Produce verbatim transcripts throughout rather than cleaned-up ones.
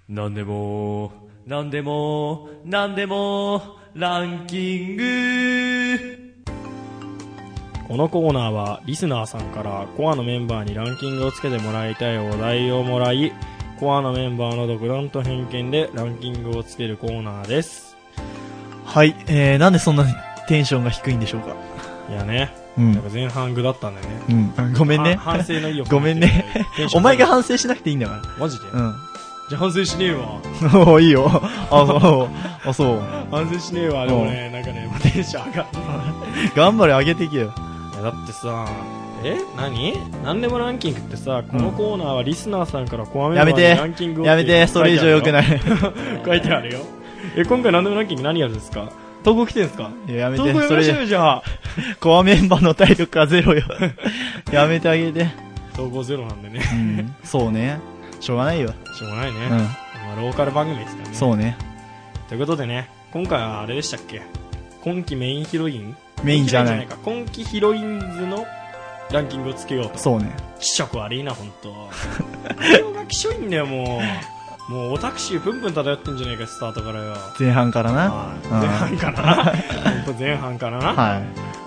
なんでもなんでもなんでもランキング。このコーナーはリスナーさんからコアのメンバーにランキングをつけてもらいたいお題をもらい、コアのメンバーの独断と偏見でランキングをつけるコーナーです。 はい、えー、なんでそんなテンションが低いんでしょうか。 いやね、 うん、 やっぱ前半具だったんだよね。 うん、ごめんね。 反省の意をごめんね。お前が反省しなくていいんだから。 マジで？ うん。 じゃあ反省しねえわ。 おーいいよ。あ、そう。あ、そう。 反省しねえわ。でもね、なんかね、テンション上がって頑張れ、上げていけよ。 いやだってさ、え何なんでもランキングってさ、このコーナーはリスナーさんからコアメンバーにランキングをやめて、やめて、それ以上良くない。 書いてあるよ。え、今回なんでもランキング何やるんですか？投稿来てんすか？ いや、やめて、 投稿やめましょうよ、じゃあ。 コアメンバーの体力がゼロよ。やめてあげて。 投稿ゼロなんでね。 うん。そうね。しょうがないよ。 しょうがないね。 うん。 まあ、ローカル番組ですからね。 そうね。 ということでね、今回はあれでしたっけ？今季メインヒロイン？ メインじゃない。 今季ヒロインズのランキングをつけようと。 そうね。 気色悪いな、ほんと。内容が気色いんだよ、もう。もうオタクシープンプン漂ってんじゃねえか、スタートからよ。 前半からな。 前半からな。ほんと前半からな。 はい。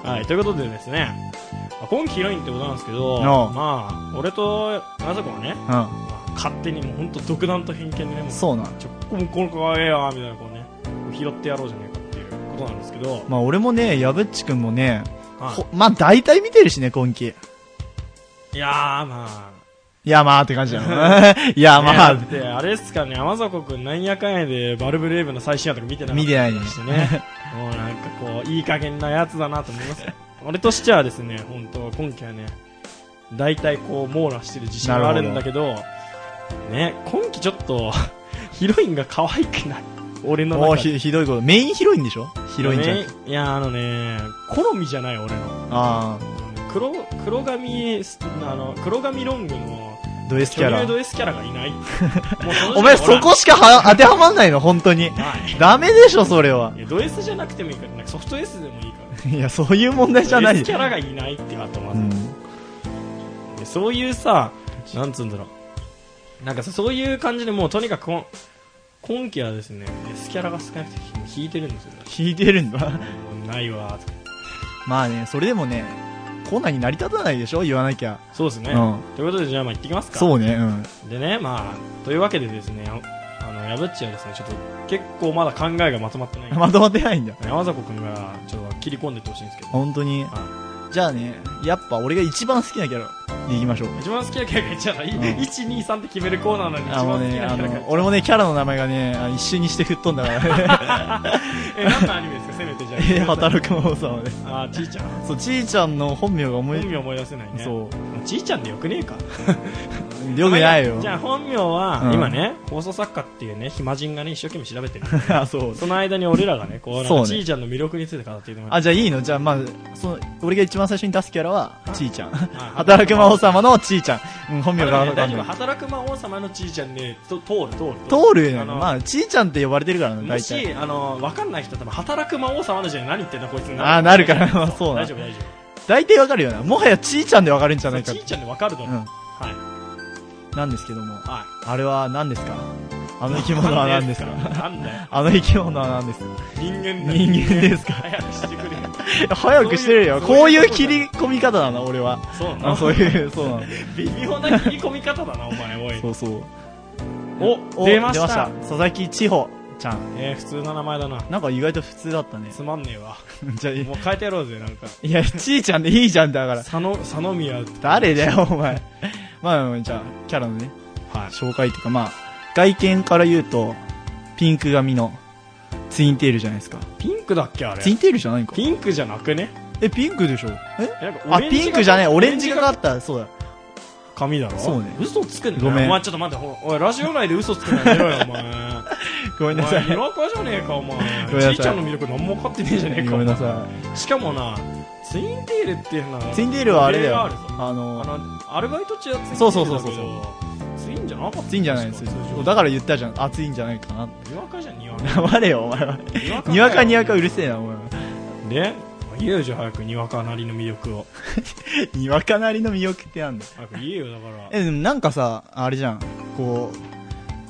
はい、ということでですね、今季ヒロインってことなんですけど、まあ、俺とあさこはね、 うん、 まあ、勝手にもうほんと独断と偏見でね、もうそうなちょこの子の子がええやみたいなこうね、拾ってやろうじゃねえかっていうことなんですけど、 まあ俺もね、やぶっちくんもね、はい、まあ大体見てるしね、今季。 いやーまあ、 いやまあって感じだよ。いやまあ。 だってあれっすかね、山里くんなんやかんやでバルブレイブの最新話とか見てなかった見てないね。 してね。もうなんかこう、いい加減なやつだなと思います。俺としてはですね、本当今季はね、大体こう網羅してる自信があるんだけど、ね、今季ちょっとヒロインが可愛くない。俺の中で。 ひ、ひどいこと。メインヒロインでしょ？ヒロインじゃん。いや、あのね、好みじゃない俺の。 ああ。 黒、黒髪、あの、黒髪ロングのド S キャラ。 ド S キャラがいない。もうお前そこしかは当てはまんないの本当に。ダメでしょ、それは。 いや、ド S じゃなくてもいいから、なんかソフト S でもいいから。 いや、そういう問題じゃない。 ド S キャラがいないってあとまず、うん、そういうさ、なんつうんだろう。なんかさ、そういう感じでもうとにかく今、今季はですね、S キャラが少なくて引いてるんですよ。 引いてるんだ。 ないわーとか。 まあね、それでもね、コーナーに成り立たないでしょ言わなきゃ。 そうですね。うん、ということで、じゃあまあ行ってきますか。 そうね、うん。 でね、まあ、というわけでですね、あの、やぶっちはですね、ちょっと結構まだ考えがまとまってない。 まとまってないんだ。 山里くんがちょっと切り込んでってほしいんですけど。 本当に、はい、じゃあね、やっぱ俺が一番好きなキャラでいきましょう。 一番好きなキャラがじゃあ、うん、いち、に、さんって決めるコーナーなのに一番好きなキャラが、 ね、俺もね、キャラの名前がね、一瞬にして吹っ飛んだからね。 え、何のアニメですかせめてじゃあ。 え、働く魔王様で。 あ、ちーちゃん。 そう、ちーちゃんの本名が思い、 本名思い出せないね。 そう。 ちーちゃんでよくねえか。 よくないよ。 じゃあ本名は、うん、今ね、放送作家っていうね、暇人がね、一生懸命調べてる。 あ、そう。 その間に俺らがね、こう、そうね、ちーちゃんの魅力について語っていてもらう。 あ、じゃあいいのじゃあまあ、その、俺が一番最初に出すキャラは、ちーちゃん。働く魔王様のちーちゃん。うん、本名が、 ね、大丈夫。働く魔王様のちーちゃんね、と通る、通る。 通るよ。まあ、ちーちゃんって呼ばれてるからね、 大体。もし、あの、わかんない人多分、働く魔王様のじゃ何言ってんだこいつになる。 あ、なるから、まあそうな。 大丈夫、大丈夫。 大体わかるよな。もはやちーちゃんでわかるんじゃないか。 ちーちゃんでわかるだろ。うん。はい。 なんですけども。 はい。 あれは何ですか？あの生き物は何ですか？ なんだよ。 あの生き物は何ですか？ 人間だ。 人間ですか？ 早くしてくれよ。 早くしてるよ。こういう切り込み方だな、俺は。 そうなの？ そういう、そうなの。 微妙な切り込み方だな、お前、おい。 そうそう。 お、出ました。 佐々木千穂ちゃん。 えー、普通の名前だな。 なんか意外と普通だったね。 つまんねえわ。 じゃあ、 もう変えてやろうぜ、なんか。 いや、ちーちゃんでいいじゃん、だから。 佐野、佐野宮。 誰だよ、お前。まあ、じゃあ、キャラのね、 はい、 紹介というか、まあ、外見から言うと、ピンク髪のツインテールじゃないですか。 ピンクだっけあれ。 ツインテールじゃないか。 ピンクじゃなくね？ え、ピンクでしょ？えあ、ピンクじゃねえ、オレンジがかった、そうだ。 髪だろ？ そうね。 嘘つくんだよ。 ごめん。 お前ちょっと待って、おい、ラジオ内で嘘つくのやめろよ、お前。 ごめんなさい。 にわかじゃねえか、お前。 ごめんなさい。 ちいちゃんの魅力何も分かってねえじゃねえか。 ごめんなさい。しかもな、ツインテールっていうのは、 ツインテールはあれだよ。 あの、 あの、アルバイト中はツインテールだけど、 そうそうそうそう。 ツインじゃなかった？ ツインじゃないですよ。だから言ったじゃん。あ、ツインじゃないかな。 にわかじゃん、にわか。 黙れよ、お前は。にわかにわかうるせえな、お前は。 で、言えよ、じゃあ早くにわかなりの魅力を。 にわかなりの魅力ってなんだよ。 早く言えよ、だから。 え、でもなんかさ、あれじゃん。こう、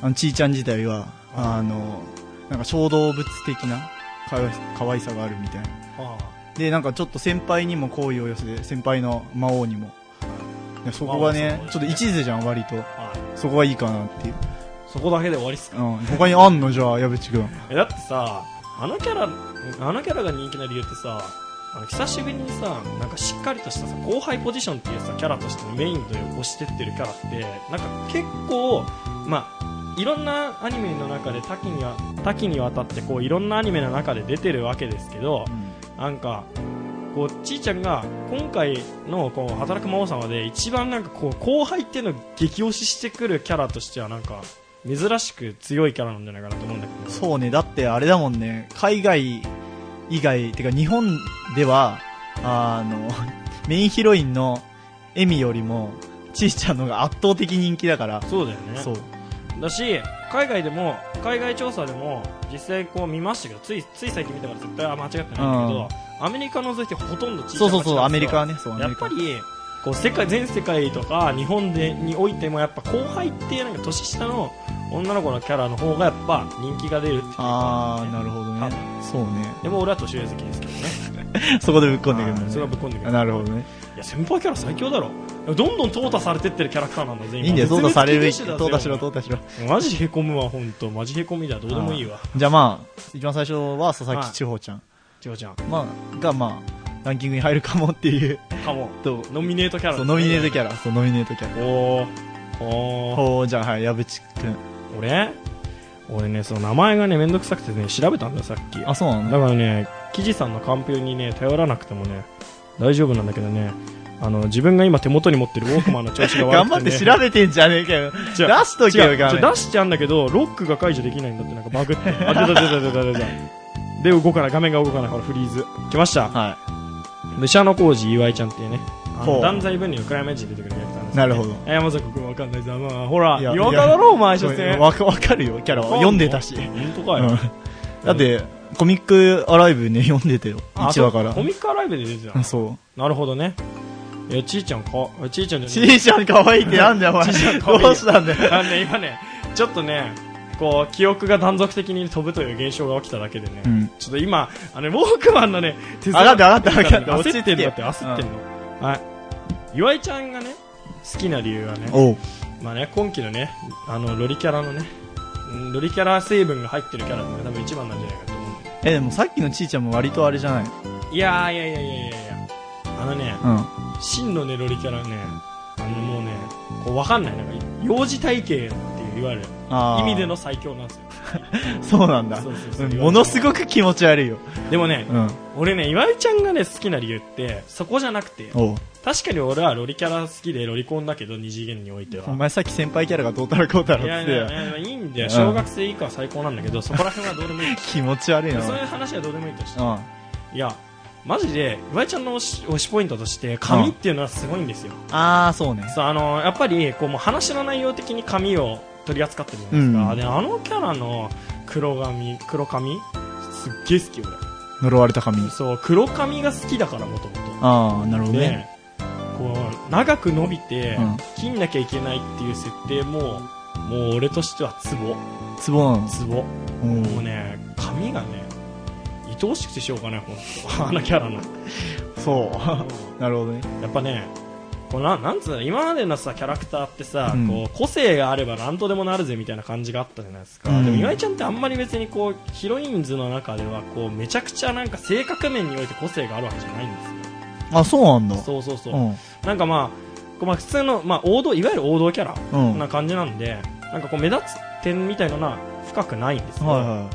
あのちーちゃん自体はあのなんか小動物的なかわい可愛さがあるみたいな。 あでなんかちょっと先輩にも好意を寄せて、先輩の魔王にも、いやそこがねちょっと一途じゃん割と、そこがいいかなっていう。 そこだけで終わりっすか。 うん、他にあんのじゃあ矢渕くん。 えだってさ、あのキャラあのキャラが人気な理由ってさ、あの久しぶりにさ、なんかしっかりとしたさ後輩ポジションっていうさキャラとしてのメインで推してってるキャラってなんか結構まあいろんなアニメの中で多岐には多岐にわたってこういろんなアニメの中で出てるわけですけど、うん、なんかこうちーちゃんが今回のこう働く魔王様で一番なんかこう後輩っていうのを激推ししてくるキャラとしてはなんか珍しく強いキャラなんじゃないかなと思うんだけど。 そうね、だってあれだもんね、海外以外てか日本ではあのメインヒロインのエミよりもちーちゃんのが圧倒的人気だから。 そうだよね。 そうだし海外でも海外調査でも実際こう見ましたけど、ついつい最近見たから絶対間違ってないんだけど、アメリカ除いてほとんどちーちゃんがそうそうそうアメリカはね、そうやっぱりこう世界全世界とか日本でにおいてもやっぱ後輩っていうなんか年下の女の子のキャラの方がやっぱ人気が出るっていうか、ね、 ああなるほどね。そうね。 でも俺は年上好きですけどねそこでぶっこんでくるんだね。 それはぶっこんでくる。 なるほどね。 いや先輩キャラ最強だろ。どんどん淘汰されてってるキャラクターなんだぜ今。 いいんだよ、淘汰されるべき。淘汰しろ淘汰しろ。 マジへこむわ本当。マジへこみだ。どうでもいいわ。 じゃあまあ一番最初は佐々木千穂ちゃん。 千穂ちゃん。 まあがまあランキングに入るかもっていうかもとノミネートキャラ、ね、 そうノミネートキャラそうノミネートキャラ。 おーおーじゃあはい矢渕くん。 俺俺ねその名前がねめんどくさくてね調べたんだよさっき。 あそうなの。 だからね記事さんのカンペにね頼らなくてもね大丈夫なんだけどね、あの自分が今手元に持ってるウォークマンの調子が悪くて、ね、 頑張って調べてんじゃねえかよ。出しとけよ。 画面出しちゃうんだけどロックが解除できないんだってなんかバグってあ出た出た出た出たで動かない画面が動かない。ほらフリーズ来ました。 はい武者小路岩井ちゃんっていうね、断罪分離のクライマンジに出てくるやつなんです、ね、 なるほど。 山崎君わかんないぞ、まあ、ほら岩田だろお前所詮。 わかるよキャラは読んでたし。 本当かよ、うん、 だってコミックアライブね読んでたよいちわから。 コミックアライブで出てたの。 そうなるほどね。いやちーちゃんかちーちゃんちーちゃんかわいいってなんだよお前。どうしたんだよ。 あのね今ねちょっとねこう記憶が断続的に飛ぶという現象が起きただけでね、うん、ちょっと今あのウォークマンのね手伝上がった上がった上がった焦ってんだって焦ってんの、うん、はい岩井ちゃんがね好きな理由はねおうまあね今期のねあのロリキャラのねロリキャラ成分が入ってるキャラって多分一番なんじゃないかと思うんだよ。 えでもさっきのちーちゃんも割とあれじゃない。 いやいやいやいやいやいやあのね、うん、真のねロリキャラねあのもうねこうわかんないなんか幼児体型っていういわゆる意味での最強なんですよそうなんだ。そうそうそうものすごく気持ち悪いよ。 でもね、うん、俺ね岩井ちゃんがね好きな理由ってそこじゃなくて、確かに俺はロリキャラ好きでロリコンだけど二次元においてはお前さっき先輩キャラがどうたらこうたらって。 いやいやいやいいんだよ、小学生以下は最高なんだけど、うん、そこら辺はどうでもいい気持ち悪いな。 そういう話はどうでもいいとして、うん、いやマジで岩井ちゃんの推し、推しポイントとして髪っていうのはすごいんですよ。 うん、ああそうね。 そうあのやっぱりこうもう話の内容的に髪を取り扱ってるじゃないですか、うん、であのキャラの黒髪黒髪すっげえ好き俺。 呪われた髪。 そう黒髪が好きだからもともと。 ああなるほどね。 こう長く伸びて、うん、切んなきゃいけないっていう設定ももう俺としてはツボツボなの。 ツボ、うん、もうね髪がね愛おしくてしょうがない本当あのキャラのそうなるほどね。 やっぱねこうななんつうの今までのさキャラクターってさ、うん、こう個性があれば何とでもなるぜみたいな感じがあったじゃないですか、うん、でも岩井ちゃんってあんまり別にこうヒロインズの中ではこうめちゃくちゃなんか性格面において個性があるわけじゃないんですよ。 あそうなんだ。 そうそうそう、うん、なんかまあこうまあ普通の、まあ、王道いわゆる王道キャラな感じなんで、うん、なんかこう目立つ点みたいなのは深くないんですよ、はいはい、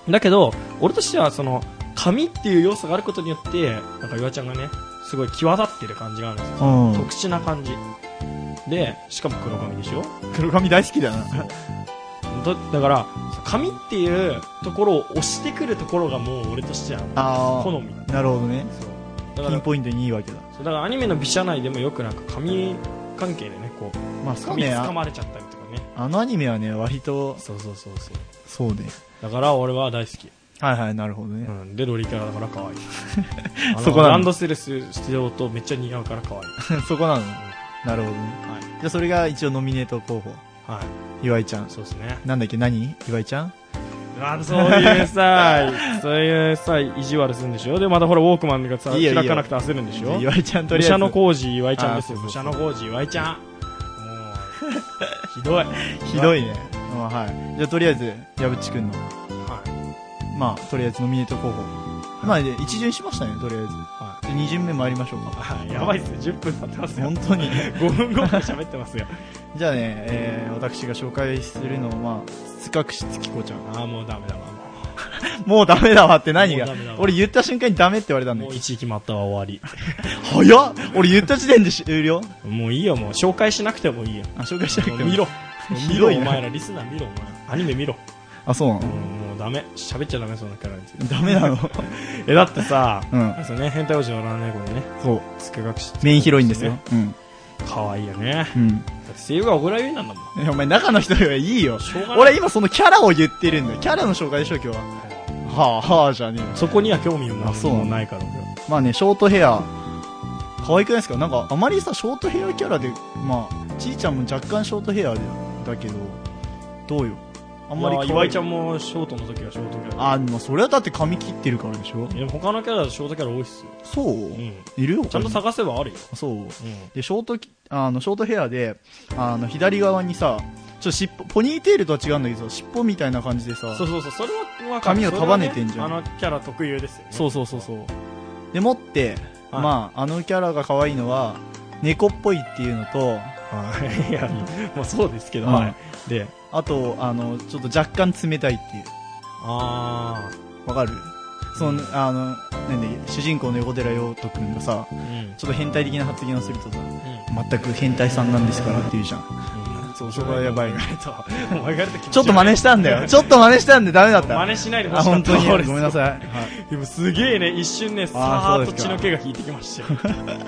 だけど俺としてはその髪っていう要素があることによってなんか岩井ちゃんがねすごい際立ってる感じがあるんですよ、うん、特殊な感じでしかも黒髪でしょ。 黒髪大好きだなだ, だから髪っていうところを押してくるところがもう俺としては好み。 なるほどね。 そうだからピンポイントにいいわけだ。 そうだからアニメの美写内でもよくなんか髪関係でねこう、まあ、髪掴まれちゃったりとかね。 あのアニメはね割とそうそうそうそうそうね。 だから俺は大好き。 はいはいなるほどね、 うん、でロリキャラだから可愛いあのそこなのランドセルしてようとめっちゃ似合うから可愛いそこなの、うん、なるほどね、はい、じゃあそれが一応ノミネート候補。 は岩井ちゃん。 そうですね。 なんだっけ、何岩井ちゃん。 あそういうさ、そういうさ、意地悪するんでしょ。で、またほら、ウォークマンがさ、 いいよいいよ開かなくて焦るんでしょ。 岩井ちゃんとりあえず。 武者の工事岩井ちゃんですよ。武あそうそうそう者の工事岩井ちゃん。もう、ひどい。 ひどいね。まあ、はい。じゃあ、とりあえず、矢渕くんの。 はい。 まあ、とりあえずノミネート候補。まあ、で一巡しましたね、とりあえず。 はで、二巡目参りましょうか。 はい。やばいっすね。じゅっぷん経ってますよ。 本当に。 ごふんごふん喋ってますよ。 じゃあね、えー、私が紹介するのは、まあ、塚串月子ちゃん。 ああ、もうダメだわ。 もうダメだわって何がもうダメだわ俺言った瞬間にダメって言われたんだよもう。いちい決まったわ、終わり。 早っ俺言った時点で終了。 もういいよ、もう。紹介しなくてもいいよ。 あ、紹介しなくても見ろ。 ひどいな見ろお前ら、リスナー見ろ、お前。アニメ見ろ。 あ、そうなのうん、もうダメ。喋っちゃダメ、そんなキャラについて。 ダメなのえ、だってさ、 うんですよね、変態王子のランネコのね、 そう。 つくがくし。 メインヒロインですよ。うん。 可愛いよね。 うん。 だって声優が小倉優衣なんだもん。 えお前中の人よりいいよ。 しょうがない。 俺今そのキャラを言ってるんだよ。キャラの紹介でしょ、今日は。はぁ、はぁじゃねえよ。 そこには興味もあそうもうないから、俺は。 まあね、ショートヘア。可愛くないですか？なんか、あまりさ、ショートヘアキャラで、まあ、ちいちゃんも若干ショートヘアでだけど、どうよ。あんまり可愛い。 岩井ちゃんもショートの時はショートキャラ。 あ、まあ、それはだって髪切ってるからでしょ？ でも他のキャラだとショートキャラ多いっすよ。 そう、 うん。 いるよ。 ちゃんと探せばあるよ。 そう。 うん。 で、ショートき、あの、ショートヘアで、あの、左側にさ、ちょっと尻尾、ポニーテールとは違うんだけど、尻尾みたいな感じでさ、 そうそうそう、それは、 髪を束ねてんじゃんそれはねあのキャラ特有ですよね。 そうそうそうそう。でもって、 はいまあ、あのキャラが可愛いのは、猫っぽいっていうのと、 はい。いや、もうそうですけど、 うんはい。で、 あと、あの、ちょっと若干冷たいっていう。 あわかる？その、あの、なんで、主人公の横寺陽斗くんがさ、 ー。うん。 ちょっと変態的な発言をするとさ、 うん。 全く変態さんなんですからって言うじゃん。そう、そこはやばい。 お前がやるとちょっと真似したんだよ。ちょっと真似したんでダメだった。 真似しないでほあ、 しかった。 本当に。 俺ごめんなさい。はい。 でもすげえね、一瞬ね、さーっとあーそうですか血の気が引いてきましたよ。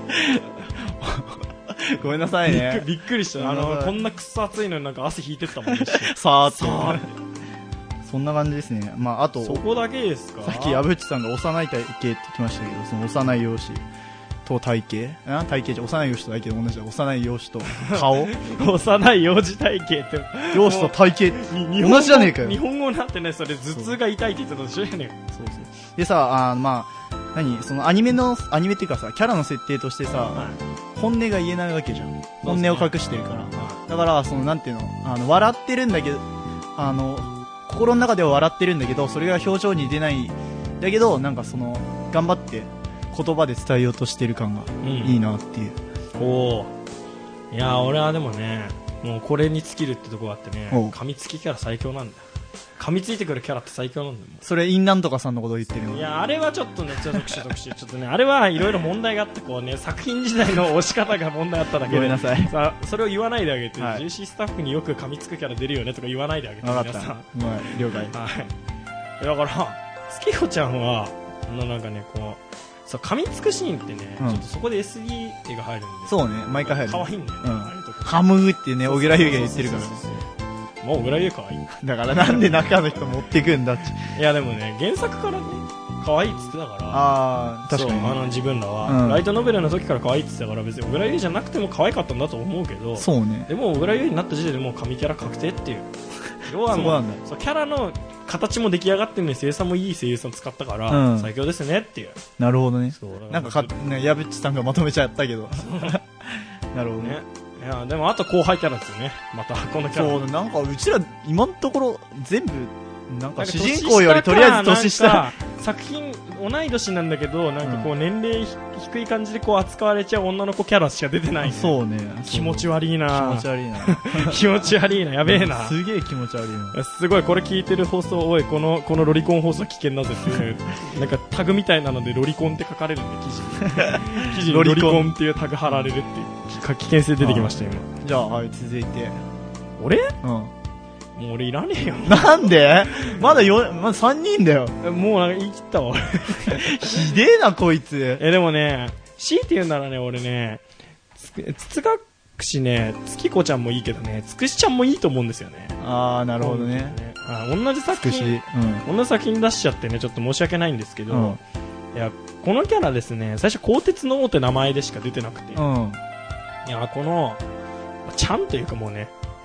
ごめんなさいびっくね。 びっくりした。あの、 ごめんなさいこんなくっそ暑いのになんか汗引いてったもんね。 さーっと。 さーっそんな感じですね。まあ、あと、 そこだけですか？ さっき矢渕さんが幼い体型って言ってましたけど、その幼い容姿と体型あ体型じゃ幼い容姿と体型同じだ。幼い容姿と顔幼い幼児体型って。 容姿と体型に日本語同じじゃねえかよ日本語なんてね、それ頭痛が痛いって言ってたでしょやねん。 そうそう。でさ、あーまあ、何そのアニメの、アニメっていうかさ、キャラの設定としてさ、本音が言えないわけじゃん。本音を隠してるから。だから、その、なんていうの、あの、笑ってるんだけど、あの、心の中では笑ってるんだけど、それが表情に出ないんだけど、なんかその、頑張って言葉で伝えようとしてる感がうん。 いいなっていう。 おー。いやー、俺はでもね、もうこれに尽きるってとこがあってね、 おう噛みつきキャラ最強なんだよ。噛みついてくるキャラって最強なんだよ。もそれ、インなんとかさんのことを言ってるの。 ういや、あれはちょっとね、ちょっと特殊特殊。ちょっとね、あれはいろいろ問題があって、こうね、作品自体の押し方が問題あっただけで。 ごめんなさい。 さあ、それを言わないであげて、 はいジェーシー スタッフによく噛みつくキャラ出るよねとか言わないであげて、 わかった。 皆さん。 ごめん、了解。 はい。だから、月子ちゃんは、のなんかね、こう、そう、噛みつくシーンってね、 うんちょっとそこで エスディー 絵が入るんで。 そうね、毎回入る。 可愛いんだよね。 うんああいうとこハムってね、小倉優衣が言ってるからね。 そうそうそうそうもう小倉優可愛い。 だからなんで中の人持ってくんだって。 いやでもね、原作からね、可愛いっつってたから。 あー、確かにそうあの自分らは、 うんライトノベルの時から可愛いって言ってたから、別に小倉優衣じゃなくても可愛かったんだと思うけど、 そうね。 でも小倉優衣になった時点でもう神キャラ確定っていう。要はもうそこなんだ。 そうキャラの形も出来上がってるのに声優さんもいい声優さん使ったから、 うん最強ですねっていう。 なるほどね。 そうだらなんかか、ね、矢渕さんがまとめちゃったけど。なるほどね。 ね。いやでもあと後輩キャラですよね。またこのキャラ。 そう、なんかうちら今のところ全部、なんなんかか主人公よりとりあえず年下。 なんか作品同い年なんだけど、なんかこう年齢ひ低い感じでこう扱われちゃう女の子キャラしか出てない、ね。 そうね。 気持ち悪いな気持ち悪いな。 気持ち悪いな。やべえな。 すげえ気持ち悪いな。 すごい、これ聞いてる放送、おい、この、このロリコン放送危険だぜっていう、なんかタグみたいなのでロリコンって書かれるんで、記事に。記事にロリコンっていうタグ貼られるっていう、危険性出てきましたよ、今。 じゃあ、はい、続いて。 俺うん。 もう俺いらねえよ。 なんでまだよ、まださんにんだよ。 もうなんか言い切ったわ、俺。 ひでえな、こいつ。 え、でもね、強いて言うならね、俺ね、つく、つつがくしね、月子ちゃんもいいけどね、つくしちゃんもいいと思うんですよね。 あー、なるほどね。 あ同じ作つくし。 品、同じ作品出しちゃってね、ちょっと申し訳ないんですけど、 うんいや、このキャラですね、最初、鋼鉄の王って名前でしか出てなくて、 うん。うん。 いや、この、ちゃんというかもうね、つく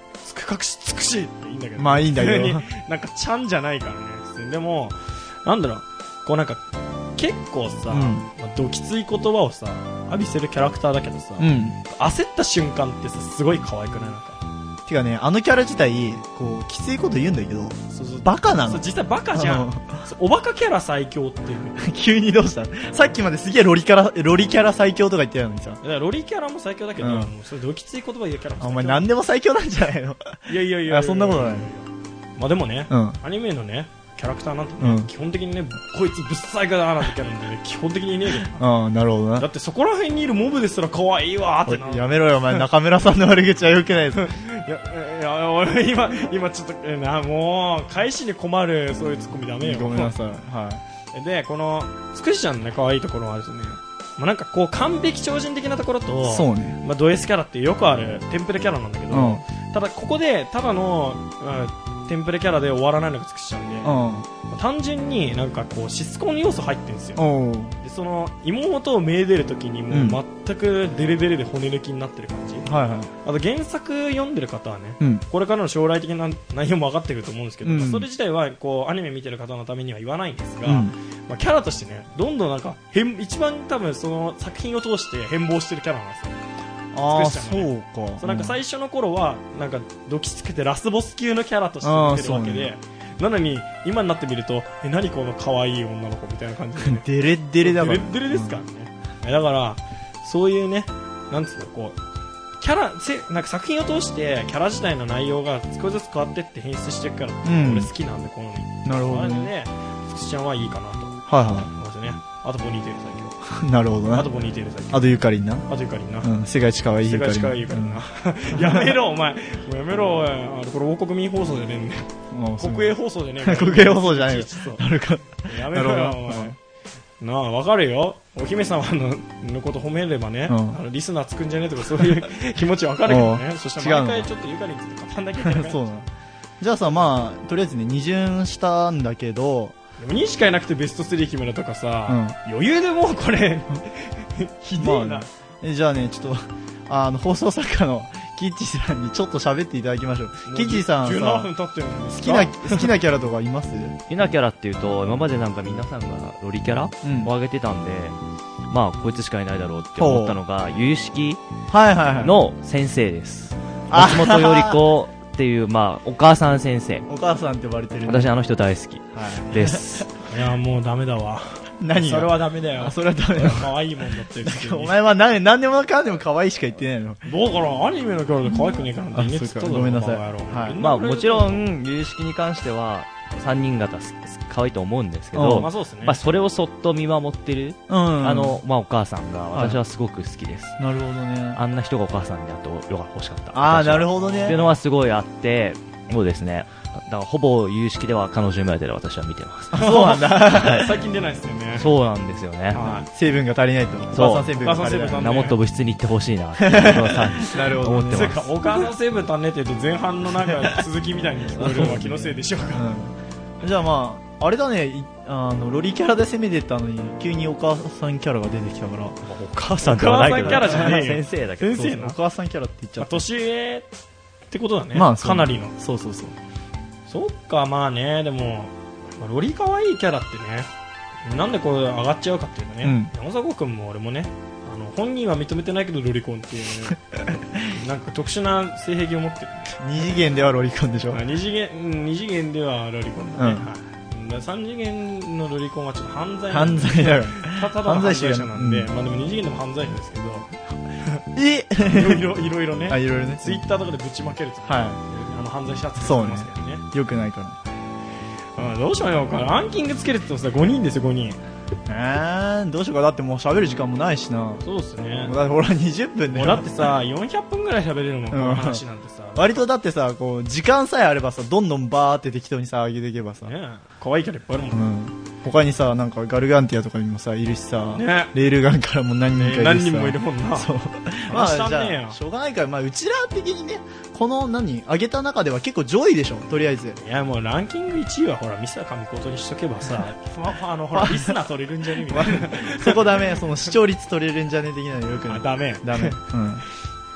隠し尽くしっていいんだけど。 まあいいんだけど。 なんかちゃんじゃないからね、普通に。でも、なんだろう、こうなんか、結構さ、 うんまあ、どきつい言葉をさ、浴びせるキャラクターだけどさ、 うん。 焦った瞬間ってさ、すごい可愛くないなんか。 てかね、あのキャラ自体、こう、きついこと言うんだけど、 そうそうバカなの。 そう実際バカじゃん。そうおバカキャラ最強っていう。 急にどうしたの？さっきまですげえロリキャラ、ロリキャラ最強とか言ってたのにさ。 だからロリキャラも最強だけど、 うんもうそれどきつい言葉言うキャラも最強。 あお前何でも最強なんじゃないの？ いやいやいやいやあそんなことない。 まあでもね、 うん。 アニメのね、キャラクターなんてね、 うん基本的にね、こいつぶっさいかだなってキャラなんでね、基本的にいねえけど。 ああ、なるほどな。 だってそこら辺にいるモブですら可愛いわーってな。 やめろよ、お前。中村さんの悪口は良くないぞ。 いや、いや、俺今、今ちょっと、えな、もう、返しに困る、そういうツッコミダメよ。 ごめんなさい。はで、この、つくしちゃんのね、可愛いところはですね、まあ、なんかこう、完璧超人的なところと、 い。そうね。 まあ、ド S キャラってよくあるテンプレキャラなんだけど、 うん。 ただここで、ただの、うんテンプレキャラで終わらないのがつくしちゃうんで、 うん。 まあ単純になんかこう、シスコン要素入ってるんですよ。 おう。 で、その、妹をめでるときにうんもう全くデレデレで骨抜きになってる感じ。 はいはい。 あと原作読んでる方はね、 うん。 これからの将来的な内容も分かってくると思うんですけど、 うんまあそれ自体はこうアニメ見てる方のためには言わないんですが、 うん。 まあ、キャラとしてね、どんどんなんか変一番多分その作品を通して変貌してるキャラなんですよ。 ああ、 つくしちゃんそうがか。 そうなんか最初の頃はなんかどきつけてラスボス級のキャラとして出てるわけあーで、なのに今になってみるとえ何この可愛い女の子みたいな感じで、ね、 デレッデレだから。 デレッデレですからね、えだからそういうね、なんつうのこうキャラせなんか作品を通してキャラ自体の内容が少しずつ変わってって変質していくから、 うん俺好きなんでこのなるほどあれでね。 ね、つくしちゃんはいいかなと思いはますね。あとポニーテール最強。 いはい。なるほどなあと。ポニーテール最強。 あとゆかりんな。 あとゆかりんな。 うん。世界一可愛い世ゆかりん。 界一可愛いゆかりんな。やめろお前。もうやめろおい。あのこれ王国民放送でねえんだよ。 うん。 国営放送でねえから。 国営放送じゃないよちちそうなるか。 やめろよなるほどお前。なあ、わかるよ。お姫様ののこと褒めればね、 うんあのリスナーつくんじゃねえとかそういう気持ちわかるけどね。そしたら毎違うの回ちょっとゆかりんについて語んなきゃいけないから。 そうなの。じゃあさ、まあ、とりあえずね、二巡したんだけど、 よにんしかいなくてベストスリー決めるとかさ、 うん余裕でもうこれ、ひでえな。 まあねえじゃあね、ちょっと、あの、放送作家のキッチーさんにちょっと喋っていただきましょう。キッチーさんじゅうななさ、 ふん経ってるんです好きな、好きなキャラとかいます好きなキャラっていうと、今までなんか皆さんがロリキャラうん。 を上げてたんで、まあ、こいつしかいないだろうって思ったのが、由々しきはいはいはい。 の先生です。 あ松本より子っていう、まあ、お母さん先生。 お母さんって呼ばれてるね。 私あの人大好きはい。 です。 いやもうダメだわ。 何がそれはダメだよあ、。それはダメだ。 可愛いもんだって別に。 お前は何、何でもかんでも可愛いしか言ってないの。 だからアニメのキャラで可愛くねえからあねっつっただろそうかごめんなさいバカ野郎はいまあ、もちろん、由々しきに関しては、さんにん方す可愛いと思うんですけうど、 んまあそうですね。 まあ、それをそっと見守ってる、 うん。 あ、の、まあ、お母さんが、私はすごく好きです。 なるほどね。 あんな人がお母さんにあと、よが欲しかった。 ああ、なるほほどね。 っていうのはすごいあって、そうですね。だからほぼ有識では彼女生まれてる私は見てます。 そうなんだ。 最近出ないですよね。 そうなんですよね。 は成分が足りないと。 そうお母さん成分が足りない。 お母さん成分名もっと部室に行ってほしいなって、さなるほど思ってい。 ますつうか、お母さん成分足んねえって言うと前半のなんか続きみたいに聞こえるのは気のせいでしょうか。 うん。じゃあまあ、あれだね、いあの、ロリキャラで攻めてったのに、急にお母さんキャラが出てきたから。 お母さんではないけど、 お母さんキャラじゃねえよ先生だけど。 先生なお母さんキャラって言っちゃまあった。 年上ってことだね。 まあそうかなりの。 そうそうそう。 そっか、まあね、でも、まあロリ可愛いキャラってね、なんでこれ上がっちゃうかっていうとね、 うん山迫君も俺もね、あの、本人は認めてないけどロリコンっていうね、なんか特殊な性癖を持ってる。 二次元ではロリコンでしょ。 まあ二次元、うん二次元ではロリコンだね。 うんはいだから三次元のロリコンはちょっと犯罪犯罪だかたただの犯罪者犯罪者なんで、 うんまあでも二次元でも犯罪者ですけど、 ら。えいろいろ、いろいろね、 あ、いろいろね。 ツイッターとかでぶちまけると、 はあの犯罪者扱いされてますけどね。 い。よくないから。 うんどうしようかな。ランキングつけるって言ってもさ、ごにんですよ、ごにん。 えー、どうしようか。だってもう喋る時間もないしな。 そうっすね。 だってほらにじゅっぷんで。 もうだってさ、よんひゃっぷんぐらい喋れるもん、この話なんてさ。 割とだってさ、こう、時間さえあればさ、どんどんバーって適当にさ、上げていけばさ。 ねえ可愛いキャラいっぱいあるうもん。 ん。他にさ、なんかガルガンティアとかにもさ、いるしさ、 ねレールガンからも何人かいるしさ。 何人もいるもんな。 そう。まあ、じ話足んねえよゃあ、しょうがないから、まあ、うちら的にね、この何、上げた中では結構上位でしょ、とりあえず。 いや、もうランキングいちいはほら、ミスター神ことにしとけばさ、まあの、ほら、リスナー取れるんじゃねみたいな。 そこダメ、その視聴率取れるんじゃね的なのよくない。 あダメ。 ダメ。うん。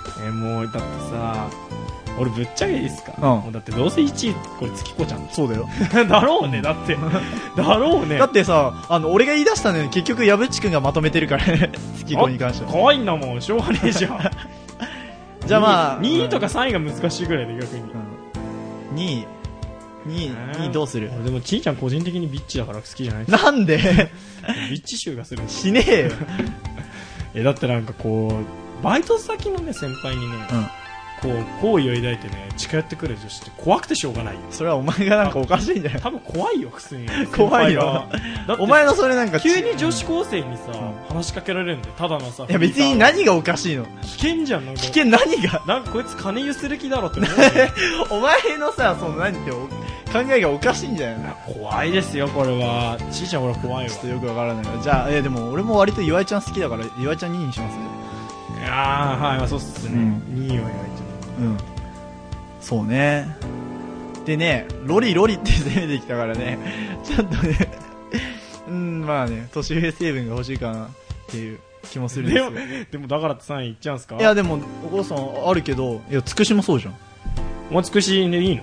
えー、もうだってさ、俺ぶっちゃけいいっすか、 うんもうだってどうせいちいこれ月子ちゃんそうだよ。 だろうね、だってだろうね。 だってさ、あの、俺が言い出したのに結局、矢渕くんがまとめてるからね。月子に関しては。 可愛いんだもん、しょうがねえじゃんじゃあまあ。 にいとかさんいが難しいぐらいで逆に、 うん、にい、にい、にいどうする？ 俺でもちいちゃん個人的にビッチだから好きじゃないなんでビッチ臭がするんですしねえよ。 え、だってなんかこう、バイト先のね、先輩にね、 うんこう、好意を抱いてね、近寄ってくる女子って怖くてしょうがない。 それはお前がなんかおかしいんじゃない？ 多分怖いよ、普通に。 怖いよ。 だってお前のそれなんか急に女子高生にさ、 うん話しかけられるんで、ただのさ、 いや別に何がおかしいの？ 危険じゃん、なんか。 危険何がなんかこいつ金ゆする気だろって思うお前のさ、その何って考えがおかしいんじゃないの？ 怖いですよ、これは。ちいちゃん俺怖いわ。 ちょっとよくわからないわ。じゃあ、えでも俺も割と岩井ちゃん好きだから、岩井ちゃんにいにしますね。 いやー、はい、まあそうっすね。 うんにいは言われちゃう。 うん。そうね。でね、ロリロリって攻めてきたからね、ちょっとね、うん、まあね、年上成分が欲しいかなっていう気もするんですよ。 でも、でもだからってさんいいっちゃうんすか？ いや、でも、お母さんあるけど、いや、つくしもそうじゃん。 もうつくしでいいの？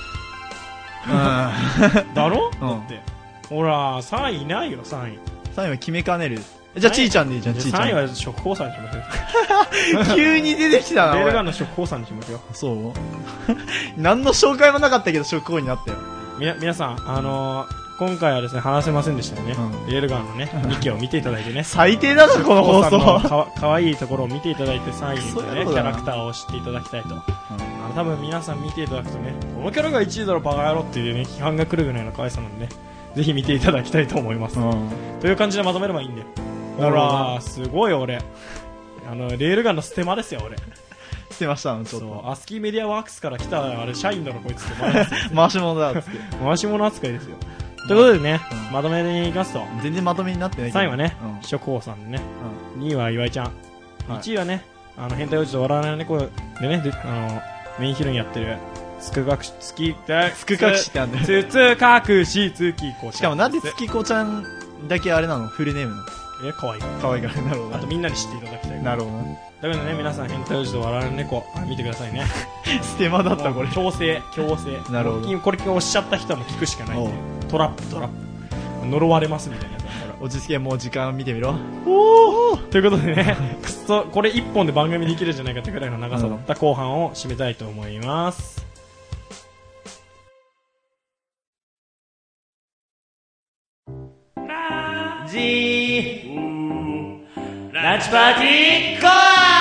うん。 だろ、 うんだって。ほら、さんいいないよ、さんい。 さんいは決めかねる。じゃあ、ちいちゃんでいいじゃん、ちいちゃん。 さんいは食宝さんにしましょう。 急に出てきたな、 レールガおいンの食宝さんにしましょう。 そう何の紹介もなかったけど、食後になったよ。 みな、皆さん、あのー、今回はですね、話せませんでしたよね。 うんレールガンのね、にきを見ていただいてね。 最低だな、この放お父さんの送。 かわかわいいところを見ていただいて、さんいそういうのね、キことだなャラクターを知っていただきたいと。あの、多分皆さん見ていただくとね、このキャラがいちいだろ、バカ野郎っていうね、批判が来るぐらいの可愛さなんで、ね、ぜひ見ていただきたいと思います。 うん。 という感じでまとめればいいんだよ。ほなるほどら、すごい俺。あの、レールガンのステマですよ、俺。 捨てましたの、ちょっそう、 と。 アスキーメディアワークスから来た、あれ、社員だろ、こいつって思いますよ。 回し物だ、つって。 回し物扱いですよ。ということでね、 うんまとめにいきますと、 全然まとめになってないけど。 さんいはね、 うん。 食宝さんでね、 うん。 にいは岩井ちゃん、 はいいちいはね、あの、変態王子と笑わない猫でね、であの、メインヒロインやってる、つく隠し、つき、 つく隠しってあんだよ。 つつ隠し、つきこちゃん。 しかもなんで月子ちゃんだけあれなの？フルネームなの？ え、かわいい。 可愛がる。なるほどあとみんなに知っていただきたい。 なるほどな。 だからね、皆さん変態王子と笑わない猫、あ見てくださいね。 ステマだった、これ。 強制、強制。 なるほどこれおっしゃった人はもう聞くしかないんで。トラップ、トラップ。呪われますみたいなやつだから。 落ち着け、もう時間見てみろ。 おーということでね、くっそ、これ一本で番組できるんじゃないかってくらいの長さだった後半を締めたいと思います。ラジーランチパーティーゴ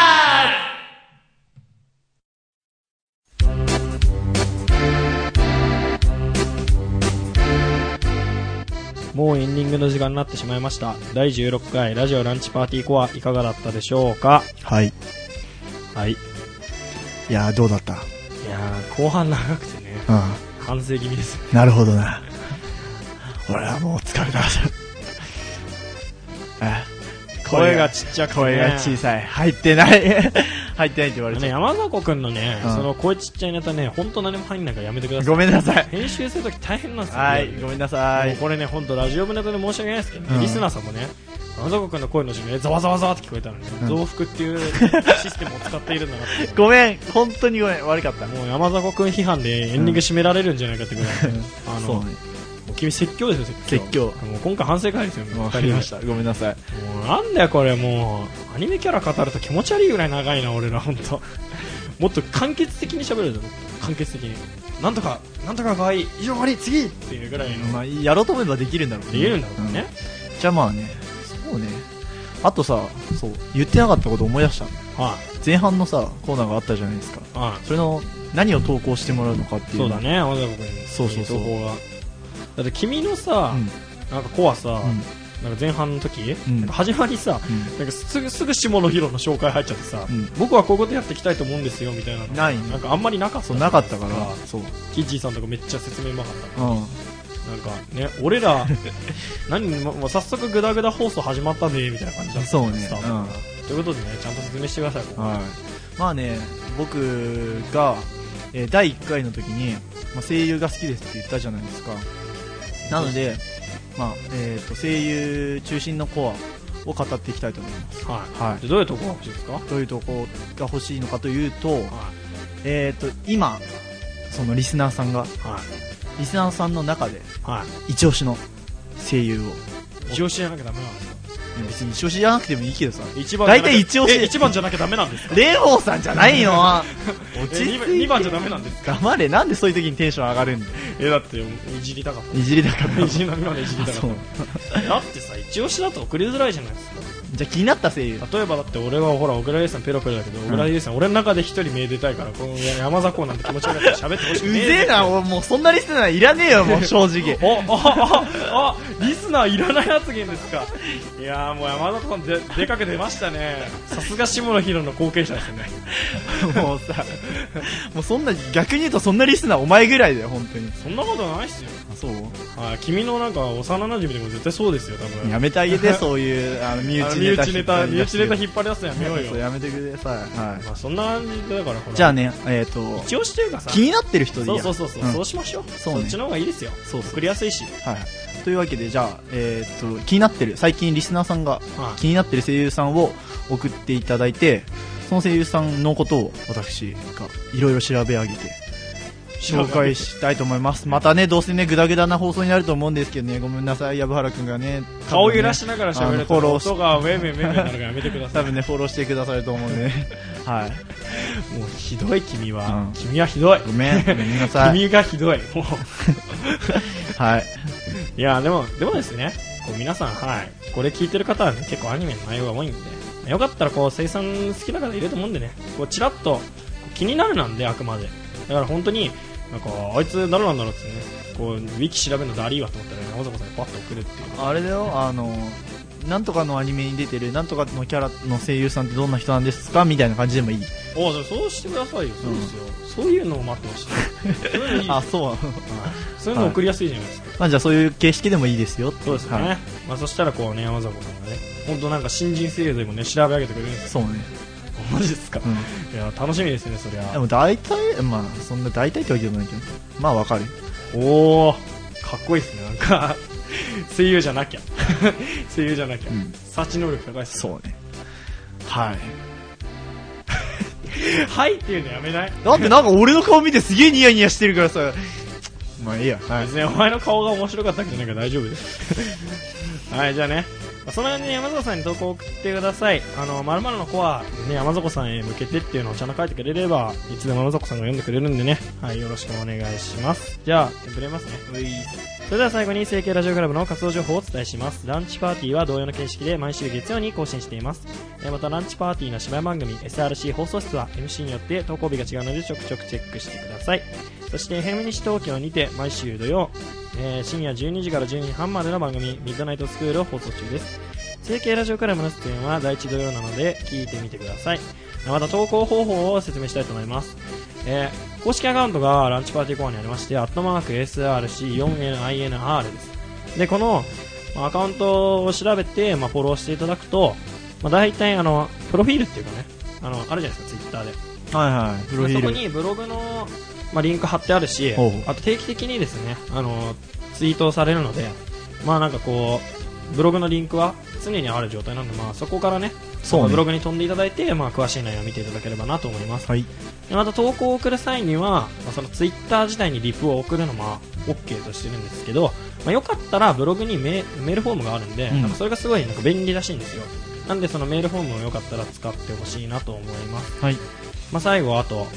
ーもうエンディングの時間になってしまいました。だいじゅうろっかいラジオランチパーティーコアいかがだったでしょうか？ はい。 はい。いいやー、どうだった？ やー、後半長くてね、 うん。 反省気味ですよ。 なるほどな。俺はもう疲れた。あ、 声がちっちゃくて、ね、 声が小さい。入ってない。入ってないって言われちね、 ゃう。 山里くんのね、 うんその声ちっちゃいネタね、ほんと何も入んないからやめてください。 ごめんなさい。 編集するとき大変なんですよ。 はい、ごめんなさい。 もうこれね、ほんとラジオ部ネタで申し訳ないですけど、ねうんリスナーさんもね、山里くんの声の順にざわざわざわって聞こえたのに、 うん増幅っていうシステムを使っているんだなって。 ごめん、本当にごめん、悪かった。 もう山里くん批判でエンディング締められるんじゃないかってぐらい、あの、 そうね。 もう君説教ですよ、説教。 説教。 もう今回反省会ですよ、 わかりました。ごめんなさい。 もうなんだよこれもう、アニメキャラ語ると気持ち悪いぐらい長いな、俺らほんと。もっと簡潔的に喋るぞ、簡潔的に。なんとか、なんとかがいい、以上終わり、次っていうぐらいの。 まあ、やろうと思えばできるんだろうね。 できるんだろうね。 うんじゃあまあね、そうね。あとさ、そう、言ってなかったこと思い出したの。 は前半のさ、コーナーがあったじゃないですか。 い。はい。 それの、何を投稿してもらうのかっていう。 そうだ。ね、山田君に。 そうそうそう投稿が。だって君のさ、 うん。 なんかコアさ、 うん。 なんか前半の時、 うんなんか始まりさ、 うんなんかすぐすぐ下野紘の紹介入っちゃってさ、 うん僕はこういうことやっていきたいと思うんですよみたいなのないねなんかあんまりなかったそう、なかったからあ、 そう。 キッチーさんとかめっちゃ説明うまかったうん。 なんかね俺ら何ももう早速グダグダ放送始まったねみたいな感じだったそうねスタートからということでねちゃんと説明してくださいここはい。まあね、僕が、えーだいいっかいの時に、まあ、声優が好きですって言ったじゃないですか。なので、まあ、えっ、と、声優中心のコを語っていきたいと思います。 はい。 はい。 でどういうところが欲しいですか？ どういうとこが欲しいのかというと、 はい。 えっと、今、そのリスナーさんが、 はい。 リスナーさんの中で、 は一押しの声優を、 い。一押しじゃなきゃダメなんですか？ 別に一押しじゃなくてもいいけどさ、 一番じゃなきゃ大体一押しえ一番じゃなきゃダメなんですか？ 蓮舫さんじゃないの落ち着いてえ二番じゃダメなんですか？ 黙れ、なんでそういう時にテンション上がるんだよ。 えだっていじりたかった。 いじりだから。 いじりな今のいじりたかそうった。だってさ、一押しだと送りづらいじゃないですか。 じゃあ気になった声優。 例えばだって俺はほら小倉優さんペロペロだけど、小倉優さん俺の中で一人目出たいから、この山雑魚なんて気持ち悪いから喋ってほしくうねぜえな、俺もうそんなリスナーいらねえよ、もう正直。 おあああリスナーいらない発言ですか？いやーもう山里さんででかく出ましたね。さすが下野紘の後継者ですね。 もうさ、もうそんな、逆に言うとそんなリスナーお前ぐらいだよ、本当に。 そんなことないっすよ。 あ、そうはい、君のなんか幼馴染でも絶対そうですよ多分。 やめてあげて、そういう、あの、身あの内ネタ。 身内ネタ身内ネタ引っ張り出すのやめようよ。 そうやめてください。はい。 まあそんな感じでだからほら。 じゃあね、えっと、 一押しというかさ。 気になってる人でいいや。 そうそうそうそう、 うんそうしましょう。 そうねそっちの方がいいですよ。 そうそう送りやすいし。 はい。というわけで、じゃあ、えっと、気になってる、最近リスナーさんがはい気になってる声優さんを送っていただいて、その声優さんのことを私がいろいろ調べ上げて、紹介したいと思います。またね、どうせね、グダグダな放送になると思うんですけどね、ごめんなさい、藪原くんがね、 顔揺らしながら喋るあのフォとローし音がウェーウェーウェーウェーになるからやめてください。 多分ね、フォローしてくださると思うんで、はい。 もうひどい君は、 うん君はひどい。 ごめん、ごめんなさい。 君がひどい。もうはい。 いやでもでもですね、こう皆さんはいこれ聞いてる方はね結構アニメの内容が多いんで、よかったらこう声優さん好きな方いると思うんでね、こうチラッと気になるなんであくまで。だから本当になんかあいつ誰なんだろうってね、こうウィキ調べるのダリーわと思ったら山坂さんにパッと送るっていう。 あれだよ、あの、なんとかのアニメに出てる、なんとかのキャラの声優さんってどんな人なんですかみたいな感じでもいい。 おじゃあそうしてくださいよ。そうですよ、そういうのを待ってほしい。そういうのいいあ、そうなの。 はいそういうの送りやすいじゃないですか。 まあじゃあそういう形式でもいいですよ。 そうですね、 はいまあ、そしたらこうね山坂さんがね本当なんか新人声優でもね調べ上げてくれるんですよ。 そうね。 マジですか、 うん。 いや楽しみですねそりゃ。 でも大体、まあそんな大体ってわけでもないけど、まあわかる。 おーかっこいいですねなんか声優じゃなきゃ声優じゃなきゃ、 うん、 サーチ能力高いっすね。 そうね。はい。 はいっていうのやめない？ だってなんか俺の顔見てすげえニヤニヤしてるからさ、まあいいや。はい。 別にお前の顔が面白かったわけじゃないから大丈夫ですはいじゃあね、まあその辺に山里さんに投稿を送ってください。あの〇〇の子は、ね、山里さんへ向けてっていうのをちゃんと書いてくれればいつでも山里さんが読んでくれるんでね、はいよろしくお願いします。じゃあぶれますね。それでは最後に成形ラジオクラブの活動情報をお伝えします。ランチパーティーは同様の形式で毎週月曜に更新しています。またランチパーティーの姉妹番組 エスアールシー 放送室は エムシー によって投稿日が違うのでちょくちょくチェックしてください。そしてエフエム 西東京にて毎週土曜、えー、深夜じゅうにじからじゅうにじはんまでの番組ミッドナイトスクールを放送中です。成形ラジオクラブの出演は第一土曜なので聞いてみてください。また投稿方法を説明したいと思います。えー、公式アカウントがランチパーティーコアにありまして、アットマーク エスアールシーフォーエヌアイエヌアール です。で、このアカウントを調べて、まあ、フォローしていただくと、まあ、大体あの、プロフィールっていうかね、あの、あるじゃないですか、ツイッターで。 はいはい。プロフィール。 そこにブログの、まあ、リンク貼ってあるし、 ほうあと定期的にですね、あの、ツイートされるので、まあなんかこう、ブログのリンクは常にある状態なので、まあそこからね、 そうねブログに飛んでいただいて、まあ詳しい内容を見ていただければなと思います。 はい。 でまた投稿を送る際には、まあ、そのツイッター自体にリプを送るのも OK としてるんですけど、まあ、よかったらブログにメメールフォームがあるんで、 うんなんかそれがすごいなんか便利らしいんですよ。なんでそのメールフォームをよかったら使ってほしいなと思います。 はい。 まあ、最後あと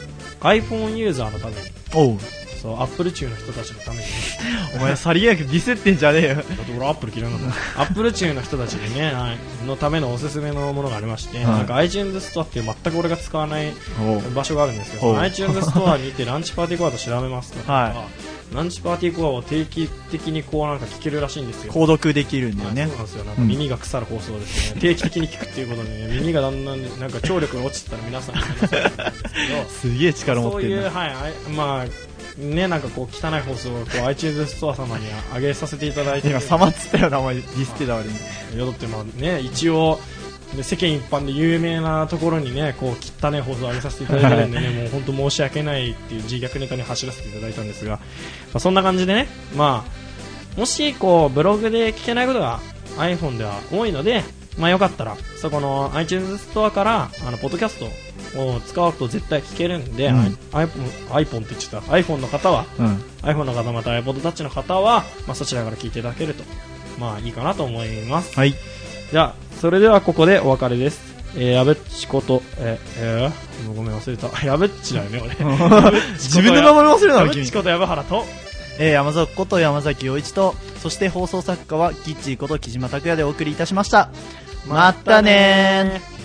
iPhone ユーザーのために、 おう。 そうアップル中の人たちのために、 お前さりげなくディスってんじゃねえよ。 だって俺アップル嫌いなんだアップル中の人たちにね、はい、のためのおすすめのものがありまして、 はいなんか iTunes ストアっていう全く俺が使わないおう。 場所があるんですけど、 おうその iTunes ストアにてランチパーティーコアと調べますと、 はランチパーティーコアを定期的にこうなんか聞けるらしいんですよ。 購読できるんだよねはいそう。なんですよ。なんか耳が腐る放送ですね。定期的に聞くっていうことでね、耳がだんだんなんか聴力が落ちてたら皆さんに話せるんですけど、 すげえ力持そういう、 ってるな。 はい、あいまあ、ね、なんかこう汚い放送をこう iTunes ストア様に上げさせていただいて、 今、さまっつったよな、お前、ディスってた割に。 いやだってまあね、一応、で世間一般で有名なところにね、こう汚い放送を上げさせていただいてるんでね、もう本当申し訳ないっていう自虐ネタに走らせていただいたんですが、まあ、そんな感じでね、まあ、もしこうブログで聞けないことが iPhone では多いので、まあよかったら、そこの iTunes ストアから、あの、ポッドキャストを使うと絶対聞けるんで、 うん、 iPhone、iPhone って言っちゃった。iPhone の方は、 うん、 iPhone の方また iPod Touch の方は、まあそちらから聞いていただけると、まあいいかなと思います。 はい。 じゃあ、それではここでお別れです。えー、やべっちこと、えー、えー、ごめん忘れた。やべっちだよね、俺。 自分の名前忘れたの君。 やべっちことやぶはらと、 えー、山崎こと山崎陽一と、そして放送作家はキッチーこと木島拓也でお送りいたしました。またねー。